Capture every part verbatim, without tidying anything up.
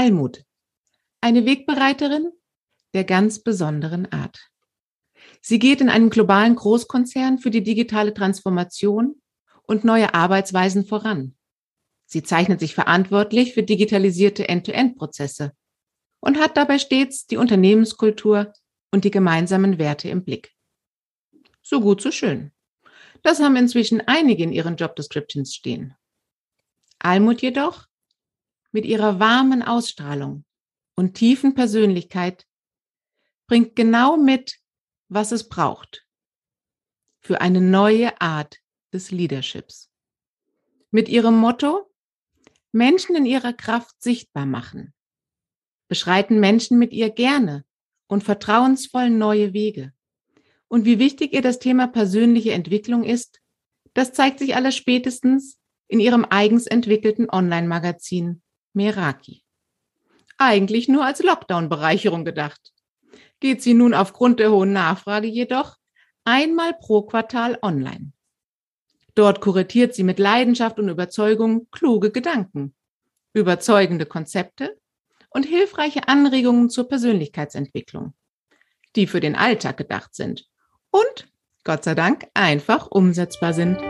Almut, eine Wegbereiterin der ganz besonderen Art. Sie geht in einem globalen Großkonzern für die digitale Transformation und neue Arbeitsweisen voran. Sie zeichnet sich verantwortlich für digitalisierte End-to-End-Prozesse und hat dabei stets die Unternehmenskultur und die gemeinsamen Werte im Blick. So gut, so schön. Das haben inzwischen einige in ihren Job Descriptions stehen. Almut jedoch, mit ihrer warmen Ausstrahlung und tiefen Persönlichkeit, bringt genau mit, was es braucht für eine neue Art des Leaderships. Mit ihrem Motto: Menschen in ihrer Kraft sichtbar machen, beschreiten Menschen mit ihr gerne und vertrauensvoll neue Wege. Und wie wichtig ihr das Thema persönliche Entwicklung ist, das zeigt sich alles spätestens in ihrem eigens entwickelten Online-Magazin Meraki. Eigentlich nur als Lockdown-Bereicherung gedacht, geht sie nun aufgrund der hohen Nachfrage jedoch einmal pro Quartal online. Dort kuratiert sie mit Leidenschaft und Überzeugung kluge Gedanken, überzeugende Konzepte und hilfreiche Anregungen zur Persönlichkeitsentwicklung, die für den Alltag gedacht sind und, Gott sei Dank, einfach umsetzbar sind.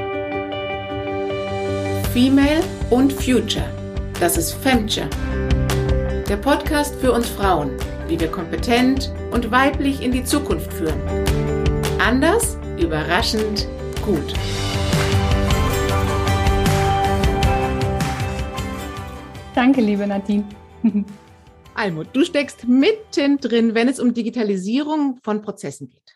Female und Future, das ist Femture, der Podcast für uns Frauen, wie wir kompetent und weiblich in die Zukunft führen. Anders, überraschend, gut. Danke, liebe Nadine. Almut, du steckst mittendrin, wenn es um Digitalisierung von Prozessen geht.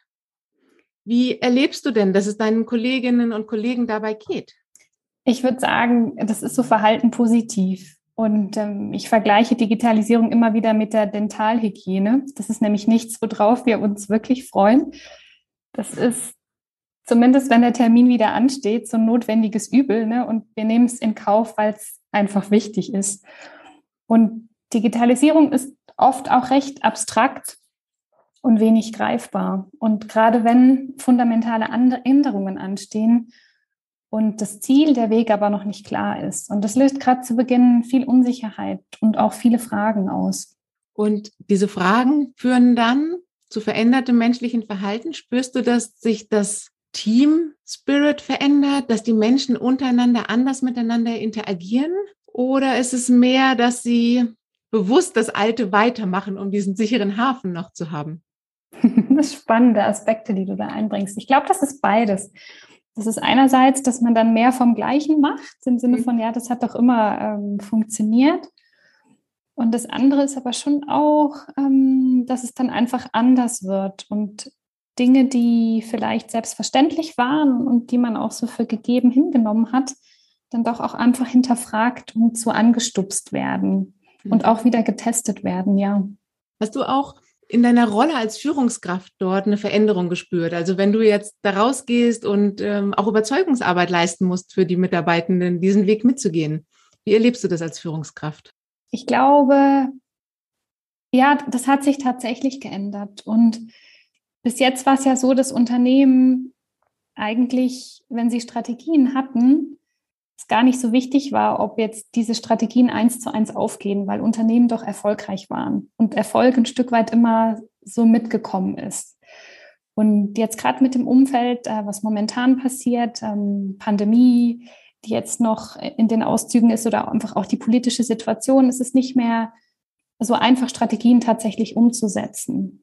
Wie erlebst du denn, dass es deinen Kolleginnen und Kollegen dabei geht? Ich würde sagen, das ist so verhalten positiv. Und ähm, ich vergleiche Digitalisierung immer wieder mit der Dentalhygiene. Das ist nämlich nichts, worauf wir uns wirklich freuen. Das ist zumindest, wenn der Termin wieder ansteht, so ein notwendiges Übel, ne? Und wir nehmen es in Kauf, weil es einfach wichtig ist. Und Digitalisierung ist oft auch recht abstrakt und wenig greifbar. Und gerade wenn fundamentale Änderungen anstehen und das Ziel, der Weg aber noch nicht klar ist. Und das löst gerade zu Beginn viel Unsicherheit und auch viele Fragen aus. Und diese Fragen führen dann zu verändertem menschlichen Verhalten. Spürst du, dass sich das Team-Spirit verändert, dass die Menschen untereinander anders miteinander interagieren? Oder ist es mehr, dass sie bewusst das Alte weitermachen, um diesen sicheren Hafen noch zu haben? Das sind spannende Aspekte, die du da einbringst. Ich glaube, das ist beides. Das ist einerseits, dass man dann mehr vom Gleichen macht, im Sinne von, ja, das hat doch immer ähm, funktioniert. Und das andere ist aber schon auch, ähm, dass es dann einfach anders wird und Dinge, die vielleicht selbstverständlich waren und die man auch so für gegeben hingenommen hat, dann doch auch einfach hinterfragt und so angestupst werden mhm. und auch wieder getestet werden, ja. Hast du auch in deiner Rolle als Führungskraft dort eine Veränderung gespürt? Also wenn du jetzt da rausgehst und ähm, auch Überzeugungsarbeit leisten musst für die Mitarbeitenden, diesen Weg mitzugehen. Wie erlebst du das als Führungskraft? Ich glaube, ja, das hat sich tatsächlich geändert. Und bis jetzt war es ja so, dass Unternehmen eigentlich, wenn sie Strategien hatten, es gar nicht so wichtig war, ob jetzt diese Strategien eins zu eins aufgehen, weil Unternehmen doch erfolgreich waren und Erfolg ein Stück weit immer so mitgekommen ist. Und jetzt gerade mit dem Umfeld, was momentan passiert, Pandemie, die jetzt noch in den Auszügen ist oder einfach auch die politische Situation, ist es nicht mehr so einfach, Strategien tatsächlich umzusetzen.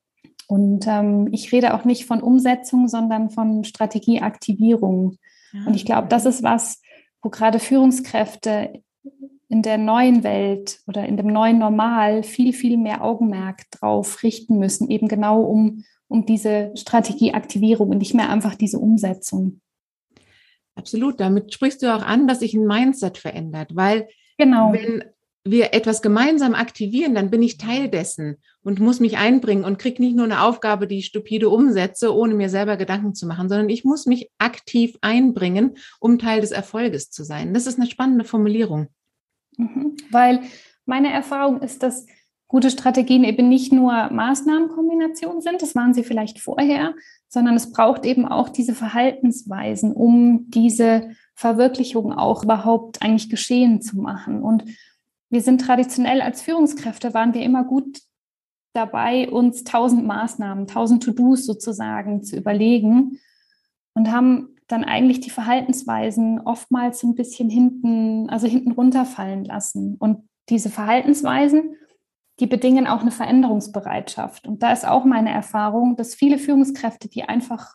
Und ähm, ich rede auch nicht von Umsetzung, sondern von Strategieaktivierung. Ja. Und ich glaube, das ist was, wo gerade Führungskräfte in der neuen Welt oder in dem neuen Normal viel, viel mehr Augenmerk drauf richten müssen, eben genau um, um diese Strategieaktivierung und nicht mehr einfach diese Umsetzung. Absolut, damit sprichst du auch an, dass sich ein Mindset verändert, weil genau. wenn wir etwas gemeinsam aktivieren, dann bin ich Teil dessen und muss mich einbringen und kriege nicht nur eine Aufgabe, die ich stupide umsetze, ohne mir selber Gedanken zu machen, sondern ich muss mich aktiv einbringen, um Teil des Erfolges zu sein. Das ist eine spannende Formulierung. Mhm. Weil meine Erfahrung ist, dass gute Strategien eben nicht nur Maßnahmenkombinationen sind, das waren sie vielleicht vorher, sondern es braucht eben auch diese Verhaltensweisen, um diese Verwirklichung auch überhaupt eigentlich geschehen zu machen. Und wir sind traditionell als Führungskräfte, waren wir immer gut dabei, uns tausend Maßnahmen, tausend To-Dos sozusagen zu überlegen und haben dann eigentlich die Verhaltensweisen oftmals ein bisschen hinten, also hinten runterfallen lassen. Und diese Verhaltensweisen, die bedingen auch eine Veränderungsbereitschaft. Und da ist auch meine Erfahrung, dass viele Führungskräfte die einfach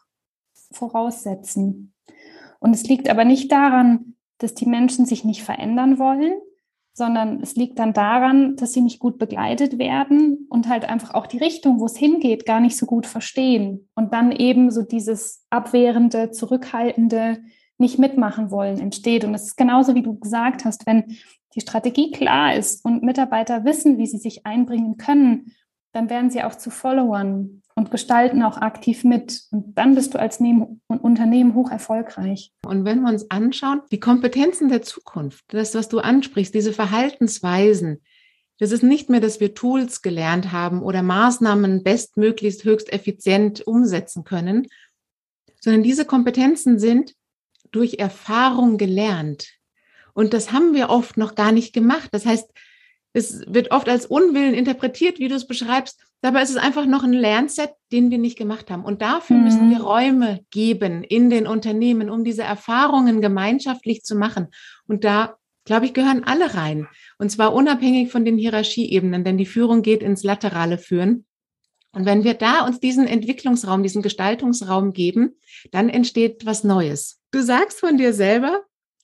voraussetzen. Und es liegt aber nicht daran, dass die Menschen sich nicht verändern wollen, sondern es liegt dann daran, dass sie nicht gut begleitet werden und halt einfach auch die Richtung, wo es hingeht, gar nicht so gut verstehen. Und dann eben so dieses abwehrende, zurückhaltende, nicht mitmachen wollen entsteht. Und es ist genauso, wie du gesagt hast, wenn die Strategie klar ist und Mitarbeiter wissen, wie sie sich einbringen können, dann werden sie auch zu Followern und gestalten auch aktiv mit. Und dann bist du als Neben- und Unternehmen hoch erfolgreich. Und wenn wir uns anschauen, die Kompetenzen der Zukunft, das, was du ansprichst, diese Verhaltensweisen, das ist nicht mehr, dass wir Tools gelernt haben oder Maßnahmen bestmöglichst höchst effizient umsetzen können, sondern diese Kompetenzen sind durch Erfahrung gelernt. Und das haben wir oft noch gar nicht gemacht. Das heißt, es wird oft als Unwillen interpretiert, wie du es beschreibst. Dabei ist es einfach noch ein Lernset, den wir nicht gemacht haben. Und dafür Mhm. müssen wir Räume geben in den Unternehmen, um diese Erfahrungen gemeinschaftlich zu machen. Und da, glaube ich, gehören alle rein. Und zwar unabhängig von den Hierarchieebenen, denn die Führung geht ins laterale Führen. Und wenn wir da uns diesen Entwicklungsraum, diesen Gestaltungsraum geben, dann entsteht was Neues. Du sagst von dir selber,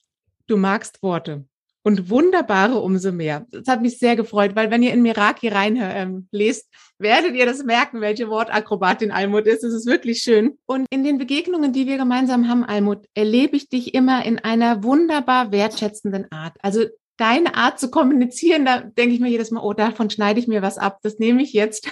du magst Worte. Und wunderbare umso mehr. Das hat mich sehr gefreut, weil wenn ihr in Meraki rein ähm, lest, werdet ihr das merken, welche Wortakrobatin Almut ist. Es ist wirklich schön. Und in den Begegnungen, die wir gemeinsam haben, Almut, erlebe ich dich immer in einer wunderbar wertschätzenden Art. Also deine Art zu kommunizieren, da denke ich mir jedes Mal, oh, davon schneide ich mir was ab. Das nehme ich jetzt.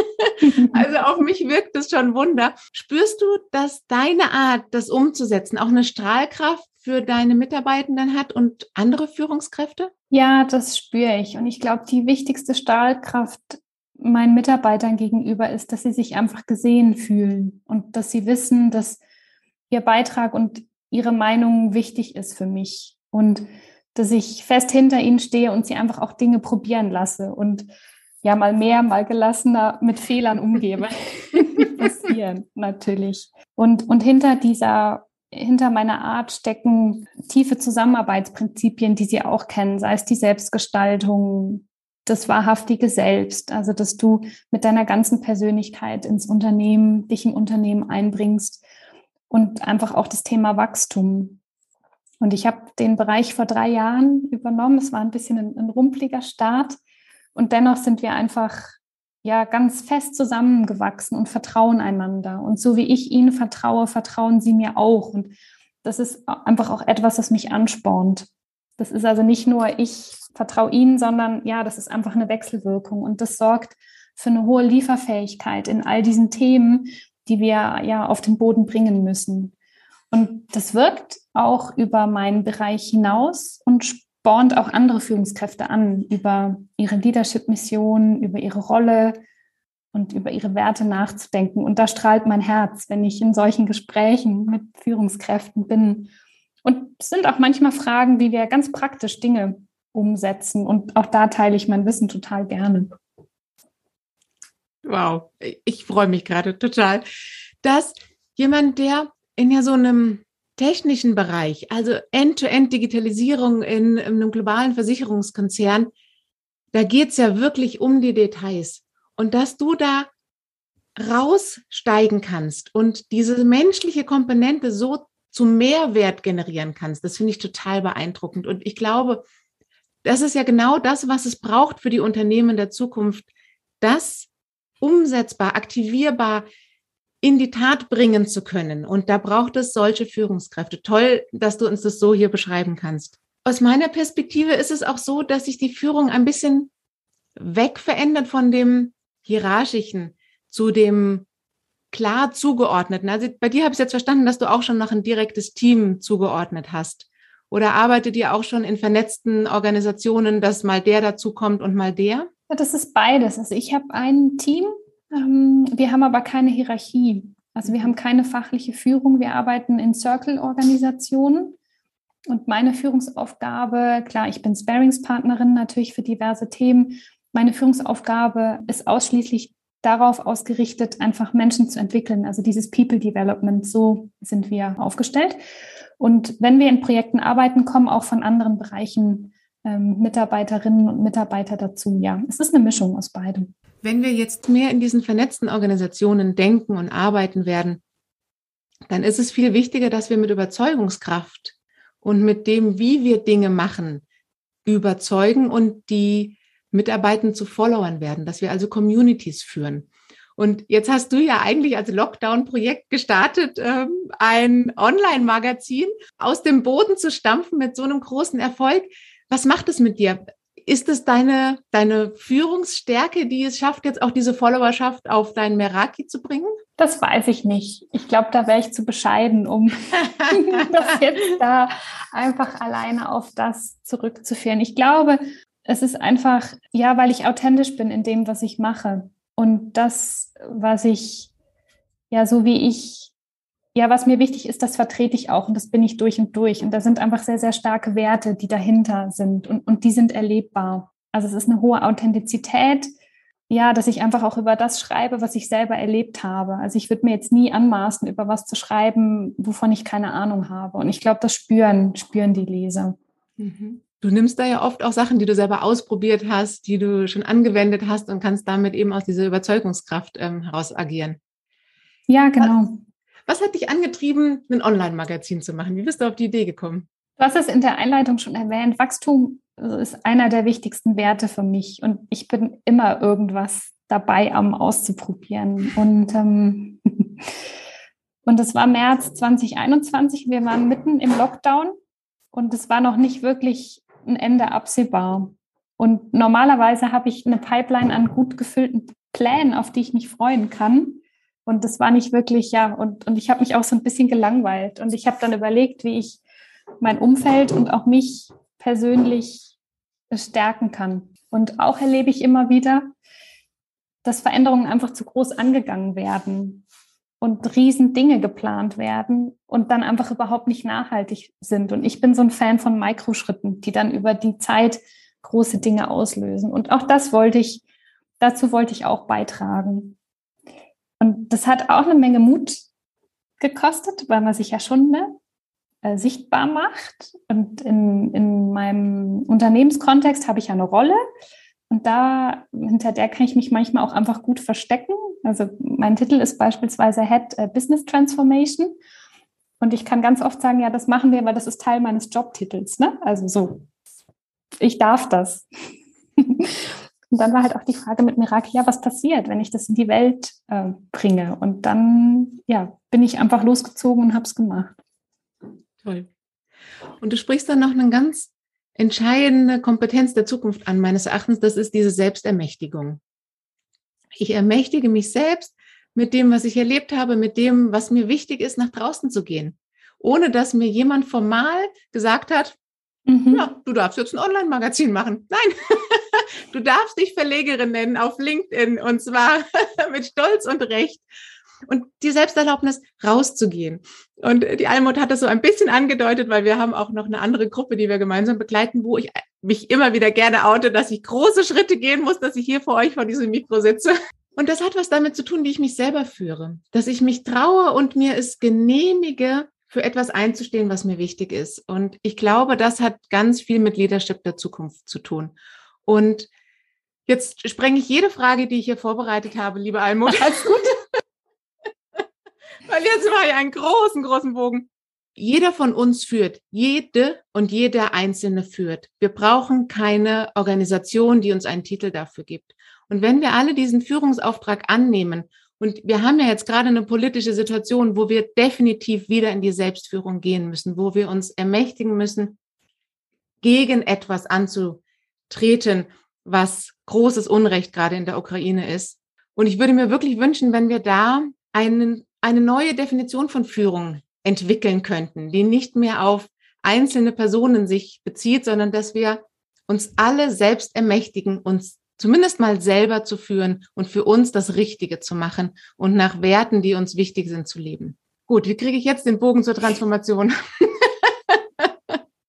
Also auf mich wirkt es schon Wunder. Spürst du, dass deine Art, das umzusetzen, auch eine Strahlkraft für deine Mitarbeitenden hat und andere Führungskräfte? Ja, das spüre ich. Und ich glaube, die wichtigste Strahlkraft meinen Mitarbeitern gegenüber ist, dass sie sich einfach gesehen fühlen und dass sie wissen, dass ihr Beitrag und ihre Meinung wichtig ist für mich und dass ich fest hinter ihnen stehe und sie einfach auch Dinge probieren lasse und ja, mal mehr, mal gelassener mit Fehlern umgebe. Die passieren natürlich. Und, und hinter dieser Hinter meiner Art stecken tiefe Zusammenarbeitsprinzipien, die Sie auch kennen, sei es die Selbstgestaltung, das wahrhaftige Selbst, also dass du mit deiner ganzen Persönlichkeit ins Unternehmen, dich im Unternehmen einbringst und einfach auch das Thema Wachstum. Und ich habe den Bereich vor drei Jahren übernommen. Es war ein bisschen ein, ein rumpeliger Start und dennoch sind wir einfach ja ganz fest zusammengewachsen und vertrauen einander. Und so wie ich ihnen vertraue, vertrauen sie mir auch. Und das ist einfach auch etwas, das mich anspornt. Das ist also nicht nur ich vertraue ihnen, sondern ja, das ist einfach eine Wechselwirkung. Und das sorgt für eine hohe Lieferfähigkeit in all diesen Themen, die wir ja auf den Boden bringen müssen. Und das wirkt auch über meinen Bereich hinaus und spornt auch andere Führungskräfte an, über ihre Leadership-Mission, über ihre Rolle und über ihre Werte nachzudenken. Und da strahlt mein Herz, wenn ich in solchen Gesprächen mit Führungskräften bin. Und es sind auch manchmal Fragen, wie wir ganz praktisch Dinge umsetzen. Und auch da teile ich mein Wissen total gerne. Wow, ich freue mich gerade total, dass jemand, der in ja so einem technischen Bereich, also End-to-End-Digitalisierung in, in einem globalen Versicherungskonzern, da geht es ja wirklich um die Details. Und dass du da raussteigen kannst und diese menschliche Komponente so zum Mehrwert generieren kannst, das finde ich total beeindruckend. Und ich glaube, das ist ja genau das, was es braucht für die Unternehmen der Zukunft, das umsetzbar, aktivierbar in die Tat bringen zu können. Und da braucht es solche Führungskräfte. Toll, dass du uns das so hier beschreiben kannst. Aus meiner Perspektive ist es auch so, dass sich die Führung ein bisschen weg verändert von dem Hierarchischen zu dem klar zugeordneten. Also bei dir habe ich jetzt verstanden, dass du auch schon noch ein direktes Team zugeordnet hast. Oder arbeitet ihr auch schon in vernetzten Organisationen, dass mal der dazu kommt und mal der? Ja, das ist beides. Also ich habe ein Team, ähm, wir haben aber keine Hierarchie. Also wir haben keine fachliche Führung. Wir arbeiten in Circle-Organisationen. Und meine Führungsaufgabe, klar, ich bin Sparringspartnerin natürlich für diverse Themen. Meine Führungsaufgabe ist ausschließlich darauf ausgerichtet, einfach Menschen zu entwickeln. Also dieses People Development, so sind wir aufgestellt. Und wenn wir in Projekten arbeiten, kommen auch von anderen Bereichen ähm, Mitarbeiterinnen und Mitarbeiter dazu. Ja, es ist eine Mischung aus beidem. Wenn wir jetzt mehr in diesen vernetzten Organisationen denken und arbeiten werden, dann ist es viel wichtiger, dass wir mit Überzeugungskraft und mit dem, wie wir Dinge machen, überzeugen und die Mitarbeitenden zu Followern werden, dass wir also Communities führen. Und jetzt hast du ja eigentlich als Lockdown-Projekt gestartet, ähm, ein Online-Magazin aus dem Boden zu stampfen mit so einem großen Erfolg. Was macht es mit dir? Ist es deine, deine Führungsstärke, die es schafft, jetzt auch diese Followerschaft auf dein Meraki zu bringen? Das weiß ich nicht. Ich glaube, da wäre ich zu bescheiden, um das jetzt da einfach alleine auf das zurückzuführen. Ich glaube, es ist einfach, ja, weil ich authentisch bin in dem, was ich mache. Und das, was ich, ja, so wie ich, ja, was mir wichtig ist, das vertrete ich auch und das bin ich durch und durch. Und da sind einfach sehr, sehr starke Werte, die dahinter sind und, und die sind erlebbar. Also es ist eine hohe Authentizität, ja, dass ich einfach auch über das schreibe, was ich selber erlebt habe. Also ich würde mir jetzt nie anmaßen, über was zu schreiben, wovon ich keine Ahnung habe. Und ich glaube, das spüren, spüren die Leser. Mhm. Du nimmst da ja oft auch Sachen, die du selber ausprobiert hast, die du schon angewendet hast und kannst damit eben aus dieser Überzeugungskraft ähm, heraus agieren. Ja, genau. Was, was hat dich angetrieben, ein Online-Magazin zu machen? Wie bist du auf die Idee gekommen? Du hast es in der Einleitung schon erwähnt. Wachstum ist einer der wichtigsten Werte für mich und ich bin immer irgendwas dabei am Auszuprobieren. Und ähm, und es war März zwanzig einundzwanzig. Wir waren mitten im Lockdown und es war noch nicht wirklich ein Ende absehbar. Und normalerweise habe ich eine Pipeline an gut gefüllten Plänen, auf die ich mich freuen kann. Und das war nicht wirklich, ja, und, und ich habe mich auch so ein bisschen gelangweilt. Und ich habe dann überlegt, wie ich mein Umfeld und auch mich persönlich stärken kann. Und auch erlebe ich immer wieder, dass Veränderungen einfach zu groß angegangen werden und riesen Dinge geplant werden und dann einfach überhaupt nicht nachhaltig sind. Und ich bin so ein Fan von Mikroschritten, die dann über die Zeit große Dinge auslösen. Und auch das wollte ich, dazu wollte ich auch beitragen. Und das hat auch eine Menge Mut gekostet, weil man sich ja schon ne, äh, sichtbar macht. Und in, in meinem Unternehmenskontext habe ich ja eine Rolle. Und da, hinter der kann ich mich manchmal auch einfach gut verstecken. Also mein Titel ist beispielsweise Head Business Transformation. Und ich kann ganz oft sagen, ja, das machen wir, weil das ist Teil meines Jobtitels. Ne? Also so, ich darf das. Und dann war halt auch die Frage mit Meraki, ja, was passiert, wenn ich das in die Welt äh, bringe? Und dann, ja, bin ich einfach losgezogen und habe es gemacht. Toll. Und du sprichst dann noch eine ganz entscheidende Kompetenz der Zukunft an, meines Erachtens, das ist diese Selbstermächtigung. Ich ermächtige mich selbst mit dem, was ich erlebt habe, mit dem, was mir wichtig ist, nach draußen zu gehen. Ohne dass mir jemand formal gesagt hat, mhm. ja, du darfst jetzt ein Online-Magazin machen. Nein, du darfst dich Verlegerin nennen auf LinkedIn und zwar mit Stolz und Recht. Und die Selbsterlaubnis, rauszugehen. Und die Almut hat das so ein bisschen angedeutet, weil wir haben auch noch eine andere Gruppe, die wir gemeinsam begleiten, wo ich mich immer wieder gerne oute, dass ich große Schritte gehen muss, dass ich hier vor euch vor diesem Mikro sitze. Und das hat was damit zu tun, wie ich mich selber führe. Dass ich mich traue und mir es genehmige, für etwas einzustehen, was mir wichtig ist. Und ich glaube, das hat ganz viel mit Leadership der Zukunft zu tun. Und jetzt sprenge ich jede Frage, die ich hier vorbereitet habe, liebe Almut. Alles gut. Weil jetzt mache ich einen großen, großen Bogen. Jeder von uns führt, jede und jeder Einzelne führt. Wir brauchen keine Organisation, die uns einen Titel dafür gibt. Und wenn wir alle diesen Führungsauftrag annehmen, und wir haben ja jetzt gerade eine politische Situation, wo wir definitiv wieder in die Selbstführung gehen müssen, wo wir uns ermächtigen müssen, gegen etwas anzutreten, was großes Unrecht gerade in der Ukraine ist. Und ich würde mir wirklich wünschen, wenn wir da einen eine neue Definition von Führung entwickeln könnten, die nicht mehr auf einzelne Personen sich bezieht, sondern dass wir uns alle selbst ermächtigen, uns zumindest mal selber zu führen und für uns das Richtige zu machen und nach Werten, die uns wichtig sind, zu leben. Gut, wie kriege ich jetzt den Bogen zur Transformation?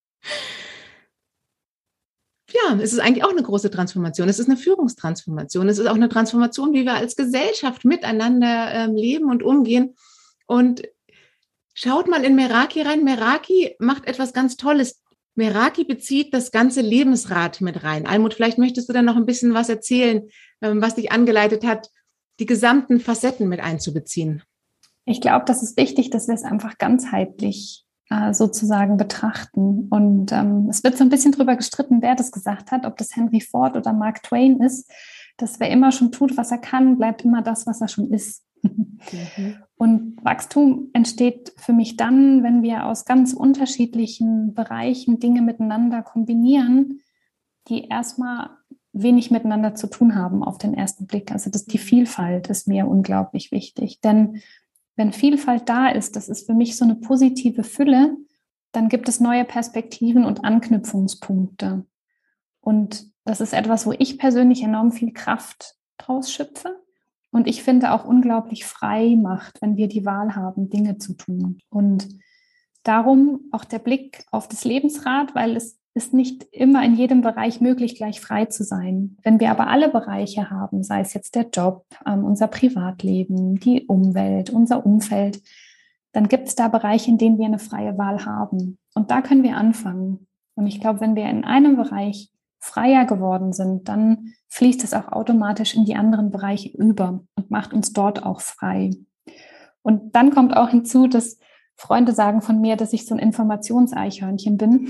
ja, es ist eigentlich auch eine große Transformation. Es ist eine Führungstransformation. Es ist auch eine Transformation, wie wir als Gesellschaft miteinander ähm, leben und umgehen. Und schaut mal in Meraki rein. Meraki macht etwas ganz Tolles. Meraki bezieht das ganze Lebensrad mit rein. Almut, vielleicht möchtest du dann noch ein bisschen was erzählen, ähm, was dich angeleitet hat, die gesamten Facetten mit einzubeziehen. Ich glaube, das ist wichtig, dass wir es einfach ganzheitlich äh, sozusagen betrachten. Und ähm, es wird so ein bisschen drüber gestritten, wer das gesagt hat, ob das Henry Ford oder Mark Twain ist, dass wer immer schon tut, was er kann, bleibt immer das, was er schon ist. Mhm. Und Wachstum entsteht für mich dann, wenn wir aus ganz unterschiedlichen Bereichen Dinge miteinander kombinieren, die erstmal wenig miteinander zu tun haben auf den ersten Blick. Also das, die Vielfalt ist mir unglaublich wichtig. Denn wenn Vielfalt da ist, das ist für mich so eine positive Fülle, dann gibt es neue Perspektiven und Anknüpfungspunkte. Und das ist etwas, wo ich persönlich enorm viel Kraft draus schöpfe. Und ich finde auch unglaublich frei macht, wenn wir die Wahl haben, Dinge zu tun. Und darum auch der Blick auf das Lebensrad, weil es ist nicht immer in jedem Bereich möglich, gleich frei zu sein. Wenn wir aber alle Bereiche haben, sei es jetzt der Job, unser Privatleben, die Umwelt, unser Umfeld, dann gibt es da Bereiche, in denen wir eine freie Wahl haben. Und da können wir anfangen. Und ich glaube, wenn wir in einem Bereich freier geworden sind, dann fließt es auch automatisch in die anderen Bereiche über und macht uns dort auch frei. Und dann kommt auch hinzu, dass Freunde sagen von mir, dass ich so ein Informationseichhörnchen bin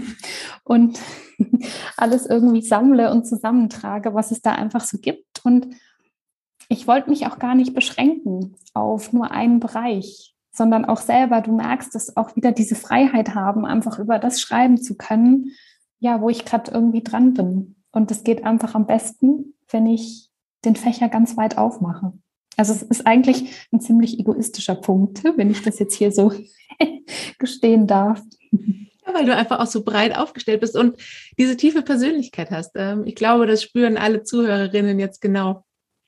und alles irgendwie sammle und zusammentrage, was es da einfach so gibt. Und ich wollte mich auch gar nicht beschränken auf nur einen Bereich, sondern auch selber, du merkst, dass auch wieder diese Freiheit haben, einfach über das schreiben zu können, ja, wo ich gerade irgendwie dran bin. Und das geht einfach am besten, wenn ich den Fächer ganz weit aufmache. Also es ist eigentlich ein ziemlich egoistischer Punkt, wenn ich das jetzt hier so gestehen darf. Ja, weil du einfach auch so breit aufgestellt bist und diese tiefe Persönlichkeit hast. Ich glaube, das spüren alle Zuhörerinnen jetzt genau.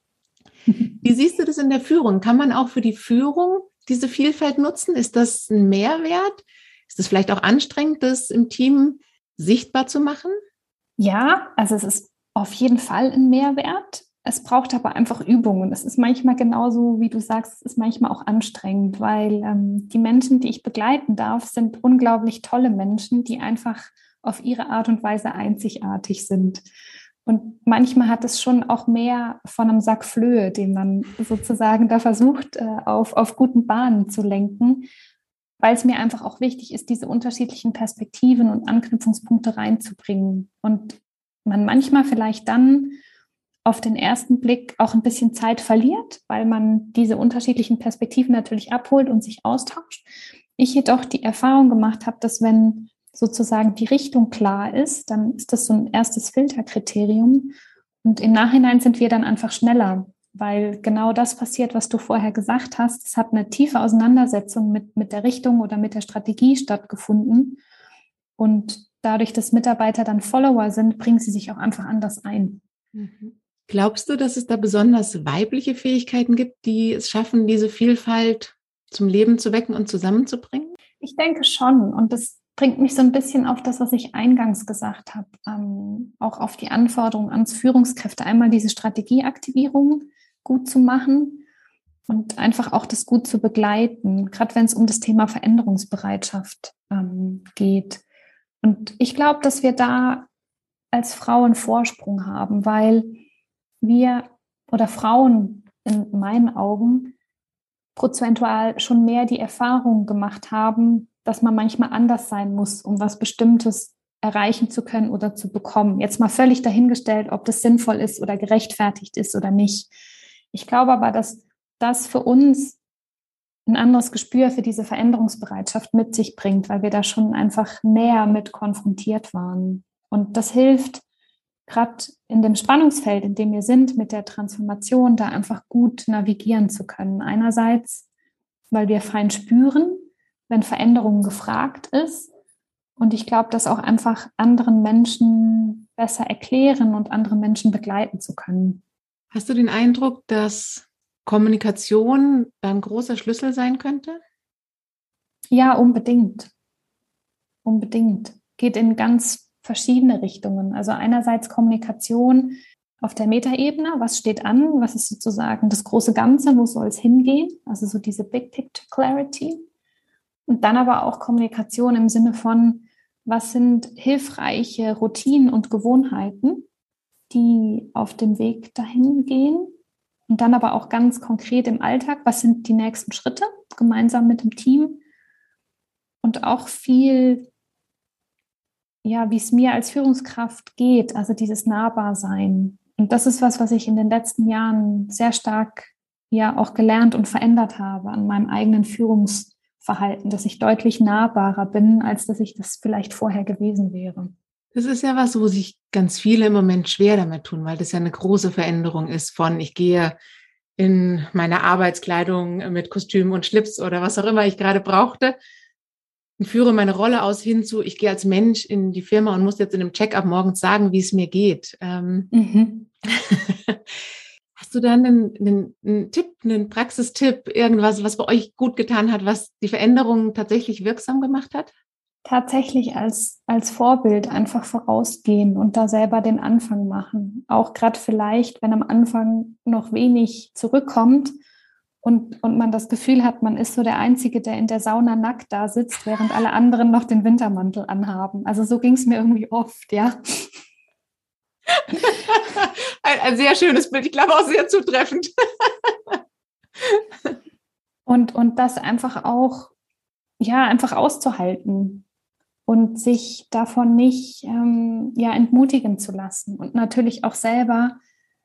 Wie siehst du das in der Führung? Kann man auch für die Führung diese Vielfalt nutzen? Ist das ein Mehrwert? Ist es vielleicht auch anstrengend, das im Team sichtbar zu machen? Ja, also es ist auf jeden Fall ein Mehrwert. Es braucht aber einfach Übungen. Es ist manchmal genauso, wie du sagst, es ist manchmal auch anstrengend, weil ähm, die Menschen, die ich begleiten darf, sind unglaublich tolle Menschen, die einfach auf ihre Art und Weise einzigartig sind. Und manchmal hat es schon auch mehr von einem Sack Flöhe, den man sozusagen da versucht, äh, auf, auf guten Bahnen zu lenken, weil es mir einfach auch wichtig ist, diese unterschiedlichen Perspektiven und Anknüpfungspunkte reinzubringen. Und man manchmal vielleicht dann auf den ersten Blick auch ein bisschen Zeit verliert, weil man diese unterschiedlichen Perspektiven natürlich abholt und sich austauscht. Ich jedoch die Erfahrung gemacht habe, dass wenn sozusagen die Richtung klar ist, dann ist das so ein erstes Filterkriterium. Und im Nachhinein sind wir dann einfach schneller, weil genau das passiert, was du vorher gesagt hast. Es hat eine tiefe Auseinandersetzung mit, mit der Richtung oder mit der Strategie stattgefunden. Und dadurch, dass Mitarbeiter dann Follower sind, bringen sie sich auch einfach anders ein. Mhm. Glaubst du, dass es da besonders weibliche Fähigkeiten gibt, die es schaffen, diese Vielfalt zum Leben zu wecken und zusammenzubringen? Ich denke schon. Und das bringt mich so ein bisschen auf das, was ich eingangs gesagt habe, ähm, auch auf die Anforderungen ans Führungskräfte. Einmal diese Strategieaktivierung gut zu machen und einfach auch das gut zu begleiten, gerade wenn es um das Thema Veränderungsbereitschaft ähm, geht. Und ich glaube, dass wir da als Frauen Vorsprung haben, weil wir oder Frauen in meinen Augen prozentual schon mehr die Erfahrung gemacht haben, dass man manchmal anders sein muss, um was Bestimmtes erreichen zu können oder zu bekommen. Jetzt mal völlig dahingestellt, ob das sinnvoll ist oder gerechtfertigt ist oder nicht. Ich glaube aber, dass das für uns ein anderes Gespür für diese Veränderungsbereitschaft mit sich bringt, weil wir da schon einfach näher mit konfrontiert waren. Und das hilft, gerade in dem Spannungsfeld, in dem wir sind, mit der Transformation, da einfach gut navigieren zu können. Einerseits, weil wir fein spüren, wenn Veränderung gefragt ist. Und ich glaube, das auch einfach anderen Menschen besser erklären und andere Menschen begleiten zu können. Hast du den Eindruck, dass Kommunikation ein großer Schlüssel sein könnte? Ja, unbedingt. Unbedingt. Geht in ganz verschiedene Richtungen. Also einerseits Kommunikation auf der Metaebene, was steht an, was ist sozusagen das große Ganze, wo soll es hingehen, also so diese Big Picture Clarity. Und dann aber auch Kommunikation im Sinne von, was sind hilfreiche Routinen und Gewohnheiten, die auf dem Weg dahin gehen. Und dann aber auch ganz konkret im Alltag, was sind die nächsten Schritte gemeinsam mit dem Team. Und auch viel, ja, wie es mir als Führungskraft geht, also dieses Nahbarsein. Und das ist was, was ich in den letzten Jahren sehr stark ja auch gelernt und verändert habe an meinem eigenen Führungsverhalten, dass ich deutlich nahbarer bin, als dass ich das vielleicht vorher gewesen wäre. Das ist ja was, wo sich ganz viele im Moment schwer damit tun, weil das ja eine große Veränderung ist von, ich gehe in meine Arbeitskleidung mit Kostüm und Schlips oder was auch immer ich gerade brauchte und führe meine Rolle aus hin zu, ich gehe als Mensch in die Firma und muss jetzt in einem Check-up morgens sagen, wie es mir geht. Ähm, mhm. Hast du dann einen, einen, einen Tipp, einen Praxistipp, irgendwas, was bei euch gut getan hat, was die Veränderung tatsächlich wirksam gemacht hat? Tatsächlich als, als Vorbild einfach vorausgehen und da selber den Anfang machen. Auch gerade vielleicht, wenn am Anfang noch wenig zurückkommt und, und man das Gefühl hat, man ist so der Einzige, der in der Sauna nackt da sitzt, während alle anderen noch den Wintermantel anhaben. Also so ging es mir irgendwie oft, ja. Ein, ein sehr schönes Bild, ich glaube auch sehr zutreffend. und, und das einfach auch, ja, einfach auszuhalten. Und sich davon nicht ähm, ja, entmutigen zu lassen und natürlich auch selber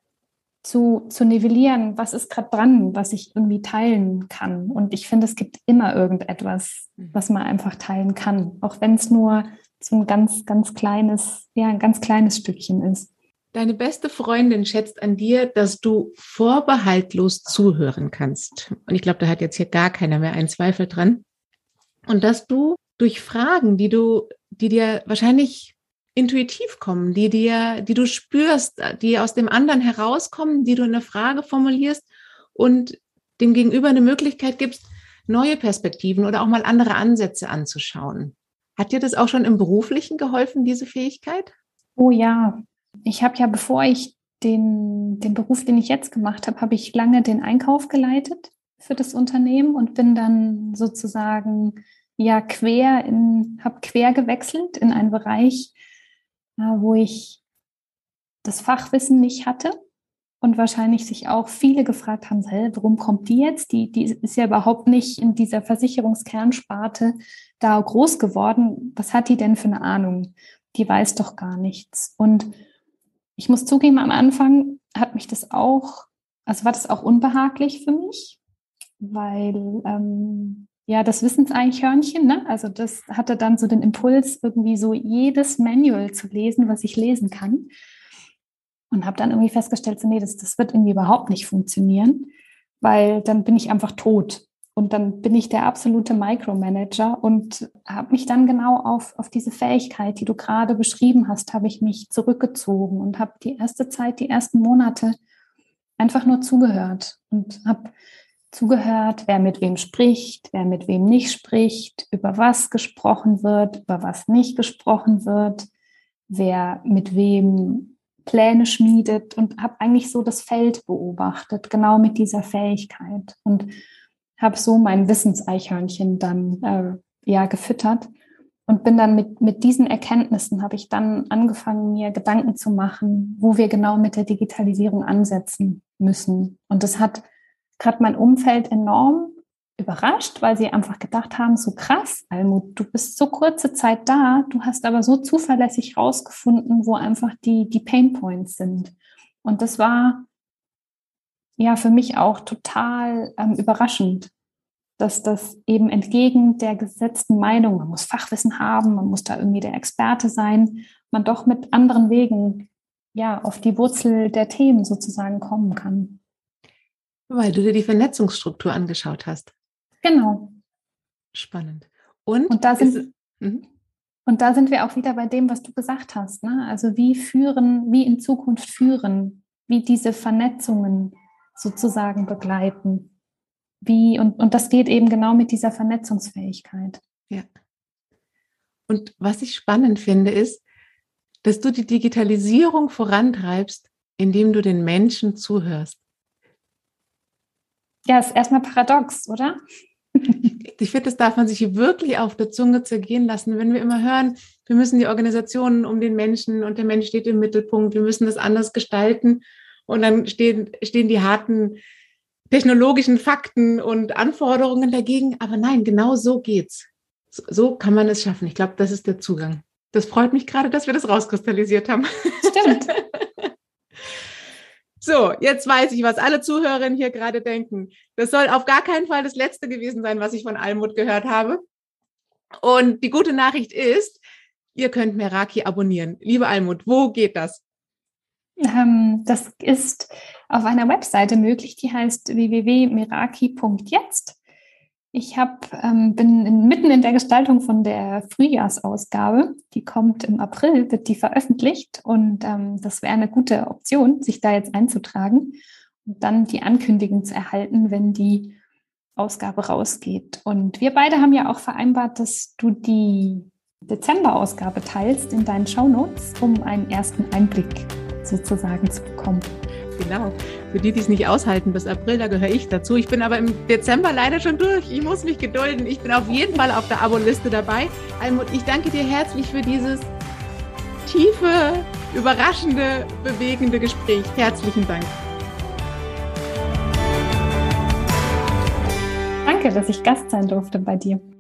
zu, zu nivellieren, was ist gerade dran, was ich irgendwie teilen kann. Und ich finde, es gibt immer irgendetwas, was man einfach teilen kann, auch wenn es nur so ein ganz, ganz kleines, ja, ein ganz kleines Stückchen ist. Deine beste Freundin schätzt an dir, dass du vorbehaltlos zuhören kannst. Und ich glaube, da hat jetzt hier gar keiner mehr einen Zweifel dran. Und dass du durch Fragen, die du, die dir wahrscheinlich intuitiv kommen, die dir, die du spürst, die aus dem anderen herauskommen, die du in eine Frage formulierst und dem Gegenüber eine Möglichkeit gibst, neue Perspektiven oder auch mal andere Ansätze anzuschauen. Hat dir das auch schon im Beruflichen geholfen, diese Fähigkeit? Oh ja, ich habe ja, bevor ich den, den Beruf, den ich jetzt gemacht habe, habe ich lange den Einkauf geleitet für das Unternehmen und bin dann sozusagen ja quer in, habe quer gewechselt in einen Bereich, äh, wo ich das Fachwissen nicht hatte und wahrscheinlich sich auch viele gefragt haben, hey, warum kommt die jetzt? Die, die ist ja überhaupt nicht in dieser Versicherungskernsparte da groß geworden. Was hat die denn für eine Ahnung? Die weiß doch gar nichts. Und ich muss zugeben, am Anfang hat mich das auch, also war das auch unbehaglich für mich, weil ähm, ja, das Wissenseichhörnchen, ne? Also das hatte dann so den Impuls, irgendwie so jedes Manual zu lesen, was ich lesen kann. Und habe dann irgendwie festgestellt, so, nee, das, das wird irgendwie überhaupt nicht funktionieren, weil dann bin ich einfach tot. Und dann bin ich der absolute Micromanager und habe mich dann genau auf, auf diese Fähigkeit, die du gerade beschrieben hast, habe ich mich zurückgezogen und habe die erste Zeit, die ersten Monate einfach nur zugehört und habe zugehört, wer mit wem spricht, wer mit wem nicht spricht, über was gesprochen wird, über was nicht gesprochen wird, wer mit wem Pläne schmiedet und habe eigentlich so das Feld beobachtet, genau mit dieser Fähigkeit und habe so mein Wissenseichhörnchen dann äh, ja gefüttert und bin dann mit, mit diesen Erkenntnissen, habe ich dann angefangen, mir Gedanken zu machen, wo wir genau mit der Digitalisierung ansetzen müssen. Und das hat gerade mein Umfeld enorm überrascht, weil sie einfach gedacht haben, so krass, Almut, du bist so kurze Zeit da, du hast aber so zuverlässig rausgefunden, wo einfach die, die Pain Points sind. Und das war ja für mich auch total ähm, überraschend, dass das eben entgegen der gesetzten Meinung, man muss Fachwissen haben, man muss da irgendwie der Experte sein, man doch mit anderen Wegen ja auf die Wurzel der Themen sozusagen kommen kann. Weil du dir die Vernetzungsstruktur angeschaut hast. Genau. Spannend. Und, und, da sind, es, mhm. und da sind wir auch wieder bei dem, was du gesagt hast. Ne? Also wie führen, wie in Zukunft führen, wie diese Vernetzungen sozusagen begleiten. Wie, und, und das geht eben genau mit dieser Vernetzungsfähigkeit. Ja. Und was ich spannend finde, ist, dass du die Digitalisierung vorantreibst, indem du den Menschen zuhörst. Ja, ist erstmal paradox, oder? Ich finde, das darf man sich wirklich auf der Zunge zergehen lassen, wenn wir immer hören, wir müssen die Organisationen um den Menschen und der Mensch steht im Mittelpunkt, wir müssen das anders gestalten und dann stehen, stehen die harten technologischen Fakten und Anforderungen dagegen. Aber nein, genau so geht's. So, so kann man es schaffen. Ich glaube, das ist der Zugang. Das freut mich gerade, dass wir das rauskristallisiert haben. Stimmt. So, jetzt weiß ich, was alle Zuhörerinnen hier gerade denken. Das soll auf gar keinen Fall das Letzte gewesen sein, was ich von Almuth gehört habe. Und die gute Nachricht ist, ihr könnt Meraki abonnieren. Liebe Almuth, wo geht das? Ähm, das ist auf einer Webseite möglich, die heißt w w w punkt meraki punkt jetzt. Ich hab, ähm, bin in, mitten in der Gestaltung von der Frühjahrsausgabe. Die kommt im April, wird die veröffentlicht. Und ähm, das wäre eine gute Option, sich da jetzt einzutragen und dann die Ankündigung zu erhalten, wenn die Ausgabe rausgeht. Und wir beide haben ja auch vereinbart, dass du die Dezember-Ausgabe teilst in deinen Shownotes, um einen ersten Einblick sozusagen zu bekommen. Genau. Für die, die es nicht aushalten bis April, da gehöre ich dazu. Ich bin aber im Dezember leider schon durch. Ich muss mich gedulden. Ich bin auf jeden Fall auf der Abo-Liste dabei. Almuth, ich danke dir herzlich für dieses tiefe, überraschende, bewegende Gespräch. Herzlichen Dank. Danke, dass ich Gast sein durfte bei dir.